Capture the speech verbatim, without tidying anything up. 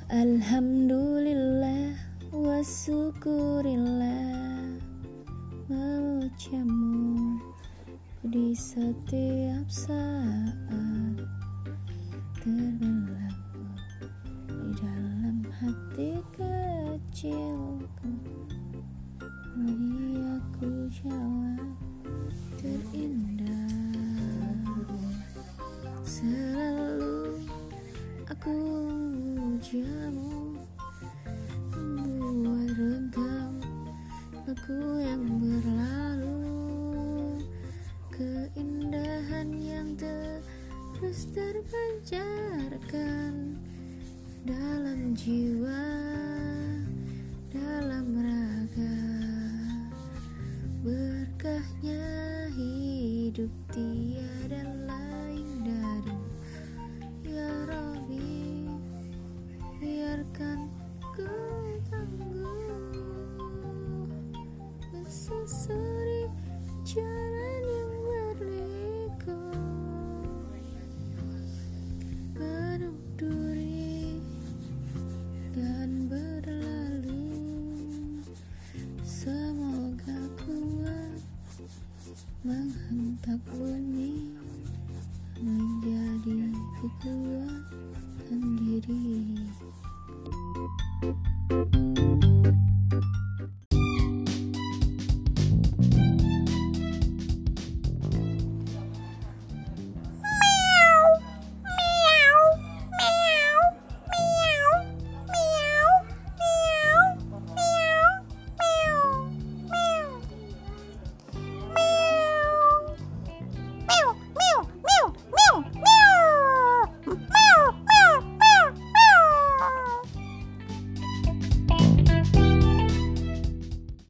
Alhamdulillah wa syukurillah, memujamu di setiap saat, terbelenggu di dalam hati kecilku. Mari aku jawab terindah, selalu aku memujamu, membuat renggang aku yang berlalu, keindahan yang terus terpancarkan dalam jiwa, dalam raga. Berkahnya hidup tiada lain dari ya Rabbi, biarkan ku tangguh menyusuri jalan yang berliku, penuh duri dan berlalu. Semoga kuat menghentak bumi